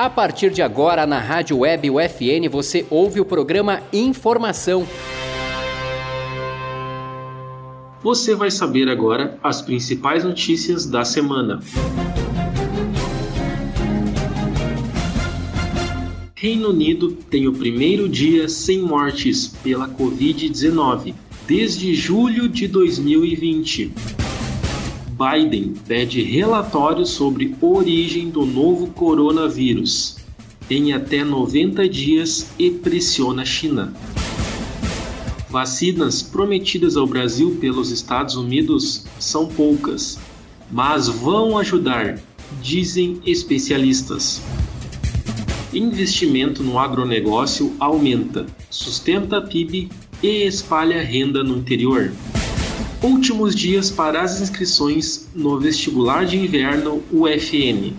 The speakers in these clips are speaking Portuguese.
A partir de agora, na Rádio Web UFN, você ouve o programa Informação. Você vai saber agora as principais notícias da semana. Reino Unido tem o primeiro dia sem mortes pela Covid-19 desde julho de 2020. Biden pede relatório sobre origem do novo coronavírus em até 90 dias e pressiona a China. Vacinas prometidas ao Brasil pelos Estados Unidos são poucas, mas vão ajudar, dizem especialistas. Investimento no agronegócio aumenta, sustenta PIB e espalha renda no interior. Últimos dias para as inscrições no vestibular de inverno UFN.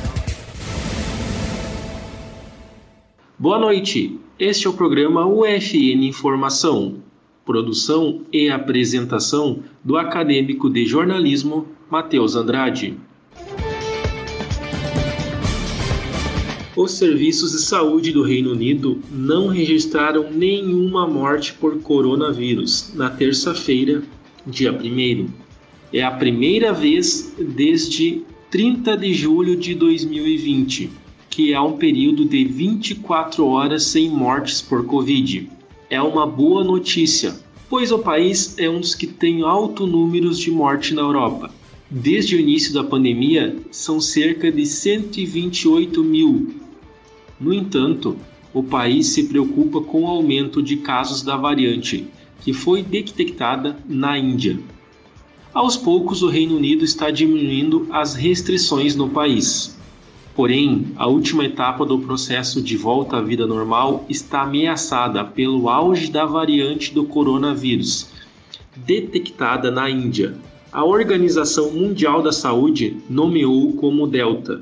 Boa noite, este é o programa UFN Informação, produção e apresentação do acadêmico de jornalismo Matheus Andrade. Os serviços de saúde do Reino Unido não registraram nenhuma morte por coronavírus na terça-feira, dia 1º. É a primeira vez desde 30 de julho de 2020, que é um período de 24 horas sem mortes por Covid. É uma boa notícia, pois o país é um dos que tem alto número de morte na Europa. Desde o início da pandemia, são cerca de 128 mil. No entanto, o país se preocupa com o aumento de casos da variante, que foi detectada na Índia. Aos poucos, o Reino Unido está diminuindo as restrições no país. Porém, a última etapa do processo de volta à vida normal está ameaçada pelo auge da variante do coronavírus, detectada na Índia. A Organização Mundial da Saúde nomeou como Delta.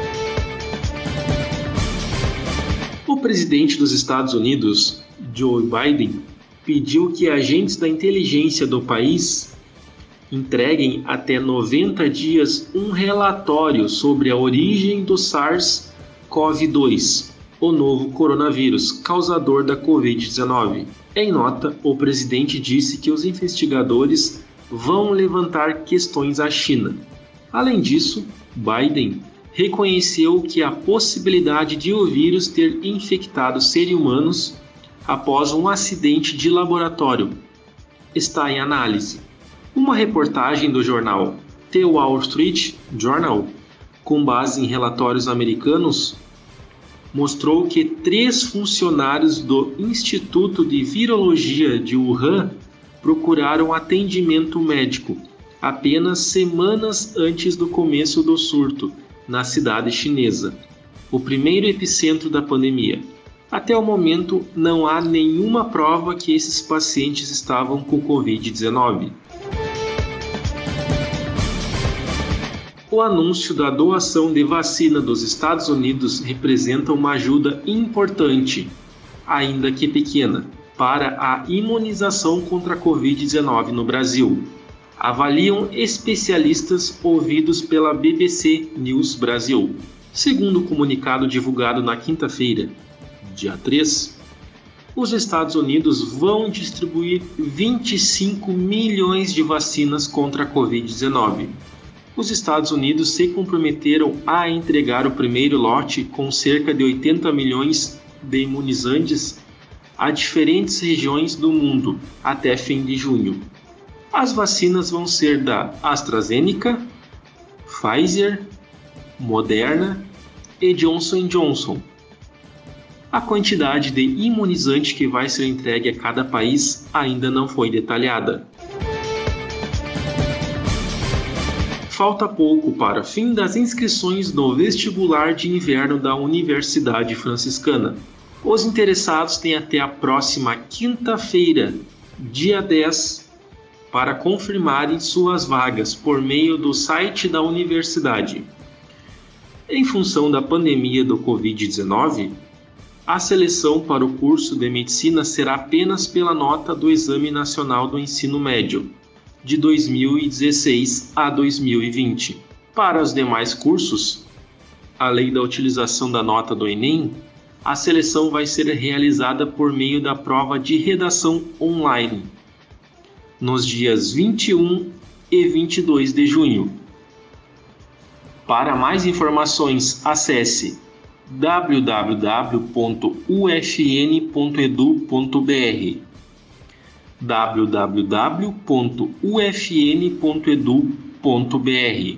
O presidente dos Estados Unidos, Joe Biden, pediu que agentes da inteligência do país entreguem até 90 dias um relatório sobre a origem do SARS-CoV-2, o novo coronavírus causador da Covid-19. Em nota, o presidente disse que os investigadores vão levantar questões à China. Além disso, Biden reconheceu que a possibilidade de o vírus ter infectado seres humanos após um acidente de laboratório está em análise. Uma reportagem do jornal The Wall Street Journal, com base em relatórios americanos, mostrou que 3 funcionários do Instituto de Virologia de Wuhan procuraram atendimento médico apenas semanas antes do começo do surto na cidade chinesa, o primeiro epicentro da pandemia. Até o momento, não há nenhuma prova que esses pacientes estavam com Covid-19. O anúncio da doação de vacina dos Estados Unidos representa uma ajuda importante, ainda que pequena, para a imunização contra a Covid-19 no Brasil. Avaliam especialistas ouvidos pela BBC News Brasil. Segundo o comunicado divulgado na quinta-feira, dia 3, os Estados Unidos vão distribuir 25 milhões de vacinas contra a Covid-19. Os Estados Unidos se comprometeram a entregar o primeiro lote com cerca de 80 milhões de imunizantes a diferentes regiões do mundo até fim de junho. As vacinas vão ser da AstraZeneca, Pfizer, Moderna e Johnson & Johnson. A quantidade de imunizante que vai ser entregue a cada país ainda não foi detalhada. Falta pouco para o fim das inscrições no vestibular de inverno da Universidade Franciscana. Os interessados têm até a próxima quinta-feira, dia 10, para confirmarem suas vagas por meio do site da universidade. Em função da pandemia do Covid-19, a seleção para o curso de medicina será apenas pela nota do Exame Nacional do Ensino Médio, de 2016 a 2020. Para os demais cursos, além da utilização da nota do Enem, a seleção vai ser realizada por meio da prova de redação online, nos dias 21 e 22 de junho. Para mais informações, acesse www.ufn.edu.br www.ufn.edu.br.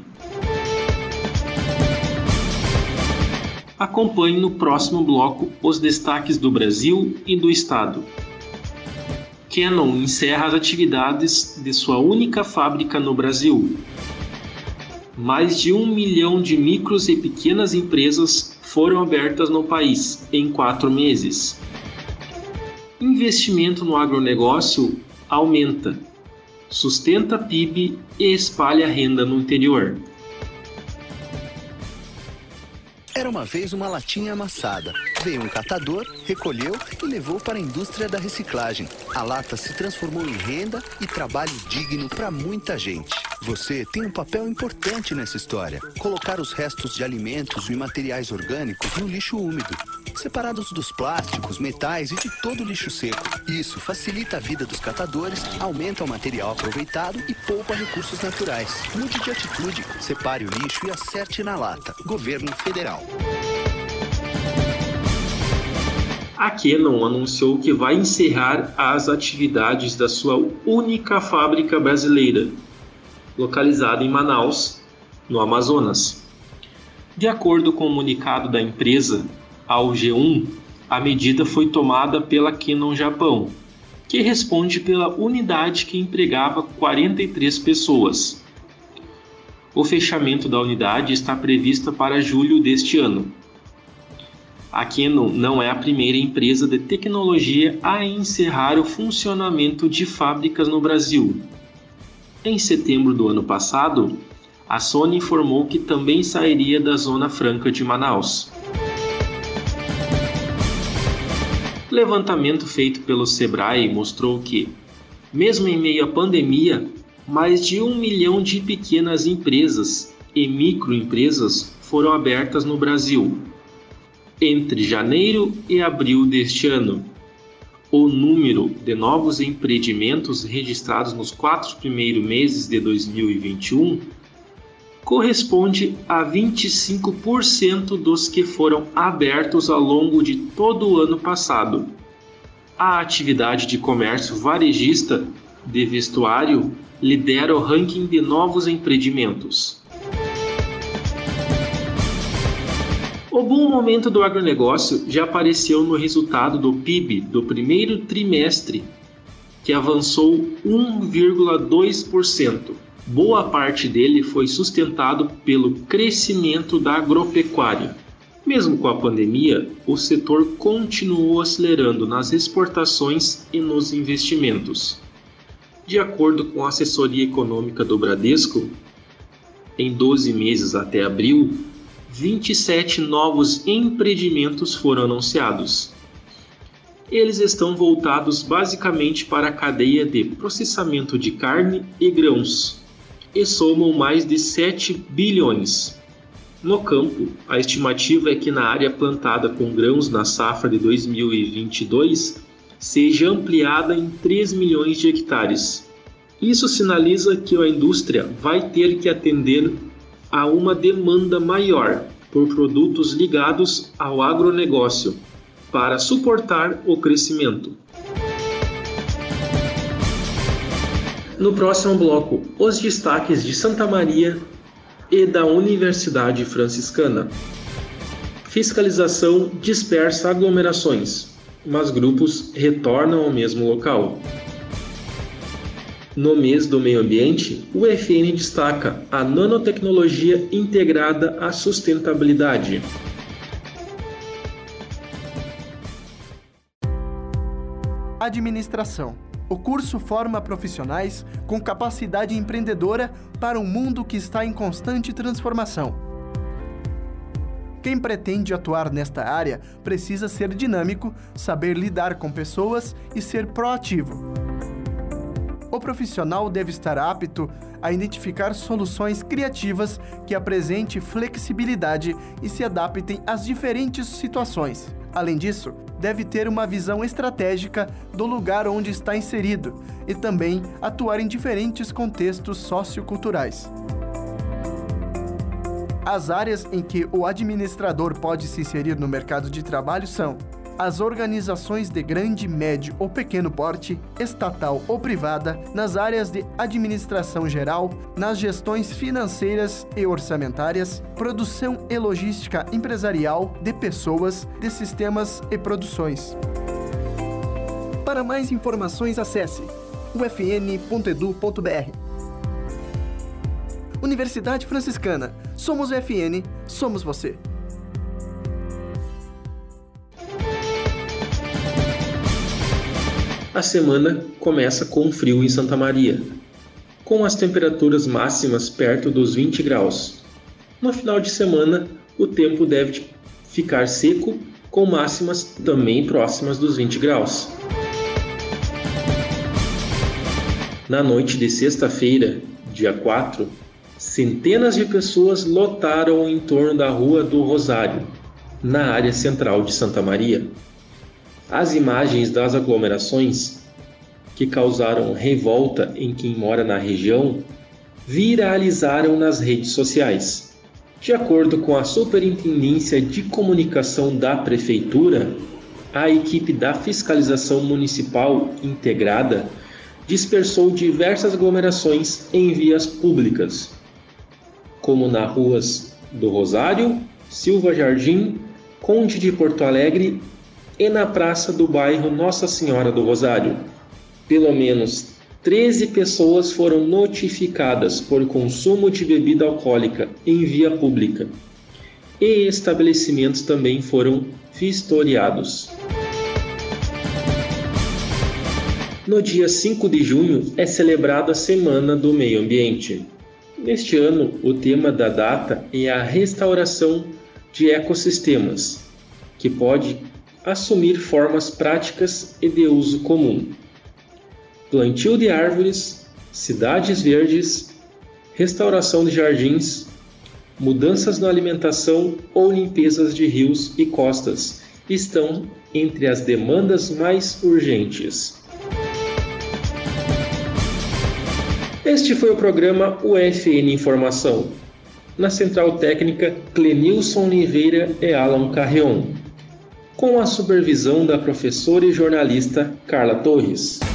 Acompanhe no próximo bloco os destaques do Brasil e do Estado. Canon encerra as atividades de sua única fábrica no Brasil. Mais de 1 milhão de micros e pequenas empresas foram abertas no país em 4 meses. Investimento no agronegócio aumenta, sustenta PIB e espalha renda no interior. Era uma vez uma latinha amassada. Veio um catador, recolheu e levou para a indústria da reciclagem. A lata se transformou em renda e trabalho digno para muita gente. Você tem um papel importante nessa história. Colocar os restos de alimentos e materiais orgânicos no lixo úmido, separados dos plásticos, metais e de todo o lixo seco. Isso facilita a vida dos catadores, aumenta o material aproveitado e poupa recursos naturais. Mude de atitude, separe o lixo e acerte na lata. Governo Federal. A Canon anunciou que vai encerrar as atividades da sua única fábrica brasileira, localizada em Manaus, no Amazonas. De acordo com o comunicado da empresa ao G1, a medida foi tomada pela Canon Japão, que responde pela unidade que empregava 43 pessoas. O fechamento da unidade está previsto para julho deste ano. A Canon não é a primeira empresa de tecnologia a encerrar o funcionamento de fábricas no Brasil. Em setembro do ano passado, a Sony informou que também sairia da Zona Franca de Manaus. O levantamento feito pelo Sebrae mostrou que, mesmo em meio à pandemia, mais de 1 milhão de pequenas empresas e microempresas foram abertas no Brasil entre janeiro e abril deste ano. O número de novos empreendimentos registrados nos 4 primeiros meses de 2021 corresponde a 25% dos que foram abertos ao longo de todo o ano passado. A atividade de comércio varejista de vestuário lidera o ranking de novos empreendimentos. O bom momento do agronegócio já apareceu no resultado do PIB do primeiro trimestre, que avançou 1,2%. Boa parte dele foi sustentado pelo crescimento da agropecuária. Mesmo com a pandemia, o setor continuou acelerando nas exportações e nos investimentos. De acordo com a assessoria econômica do Bradesco, em 12 meses até abril, 27 novos empreendimentos foram anunciados. Eles estão voltados basicamente para a cadeia de processamento de carne e grãos e somam mais de 7 bilhões. No campo, a estimativa é que na área plantada com grãos na safra de 2022 seja ampliada em 3 milhões de hectares. Isso sinaliza que a indústria vai ter que atender a uma demanda maior por produtos ligados ao agronegócio para suportar o crescimento. No próximo bloco, os destaques de Santa Maria e da Universidade Franciscana. Fiscalização dispersa aglomerações, mas grupos retornam ao mesmo local. No mês do meio ambiente, o UFN destaca a nanotecnologia integrada à sustentabilidade. Administração. O curso forma profissionais com capacidade empreendedora para um mundo que está em constante transformação. Quem pretende atuar nesta área precisa ser dinâmico, saber lidar com pessoas e ser proativo. O profissional deve estar apto a identificar soluções criativas que apresentem flexibilidade e se adaptem às diferentes situações. Além disso, deve ter uma visão estratégica do lugar onde está inserido e também atuar em diferentes contextos socioculturais. As áreas em que o administrador pode se inserir no mercado de trabalho são as organizações de grande, médio ou pequeno porte, estatal ou privada, nas áreas de administração geral, nas gestões financeiras e orçamentárias, produção e logística empresarial, de pessoas, de sistemas e produções. Para mais informações, acesse ufn.edu.br. Universidade Franciscana. Somos o UFN, somos você. A semana começa com frio em Santa Maria, com as temperaturas máximas perto dos 20 graus. No final de semana, o tempo deve ficar seco, com máximas também próximas dos 20 graus. Na noite de sexta-feira, dia 4, centenas de pessoas lotaram em torno da Rua do Rosário, na área central de Santa Maria. As imagens das aglomerações, que causaram revolta em quem mora na região, viralizaram nas redes sociais. De acordo com a Superintendência de Comunicação da Prefeitura, a equipe da Fiscalização Municipal Integrada dispersou diversas aglomerações em vias públicas, como nas ruas do Rosário, Silva Jardim, Conde de Porto Alegre e na praça do bairro Nossa Senhora do Rosário. Pelo menos 13 pessoas foram notificadas por consumo de bebida alcoólica em via pública e estabelecimentos também foram vistoriados. No dia 5 de junho é celebrada a Semana do Meio Ambiente. Neste ano, o tema da data é a restauração de ecossistemas, que pode assumir formas práticas e de uso comum. Plantio de árvores, cidades verdes, restauração de jardins, mudanças na alimentação ou limpezas de rios e costas estão entre as demandas mais urgentes. Este foi o programa UFN Informação. Na Central Técnica, Clenilson Oliveira e Alan Carreon, com a supervisão da professora e jornalista Carla Torres.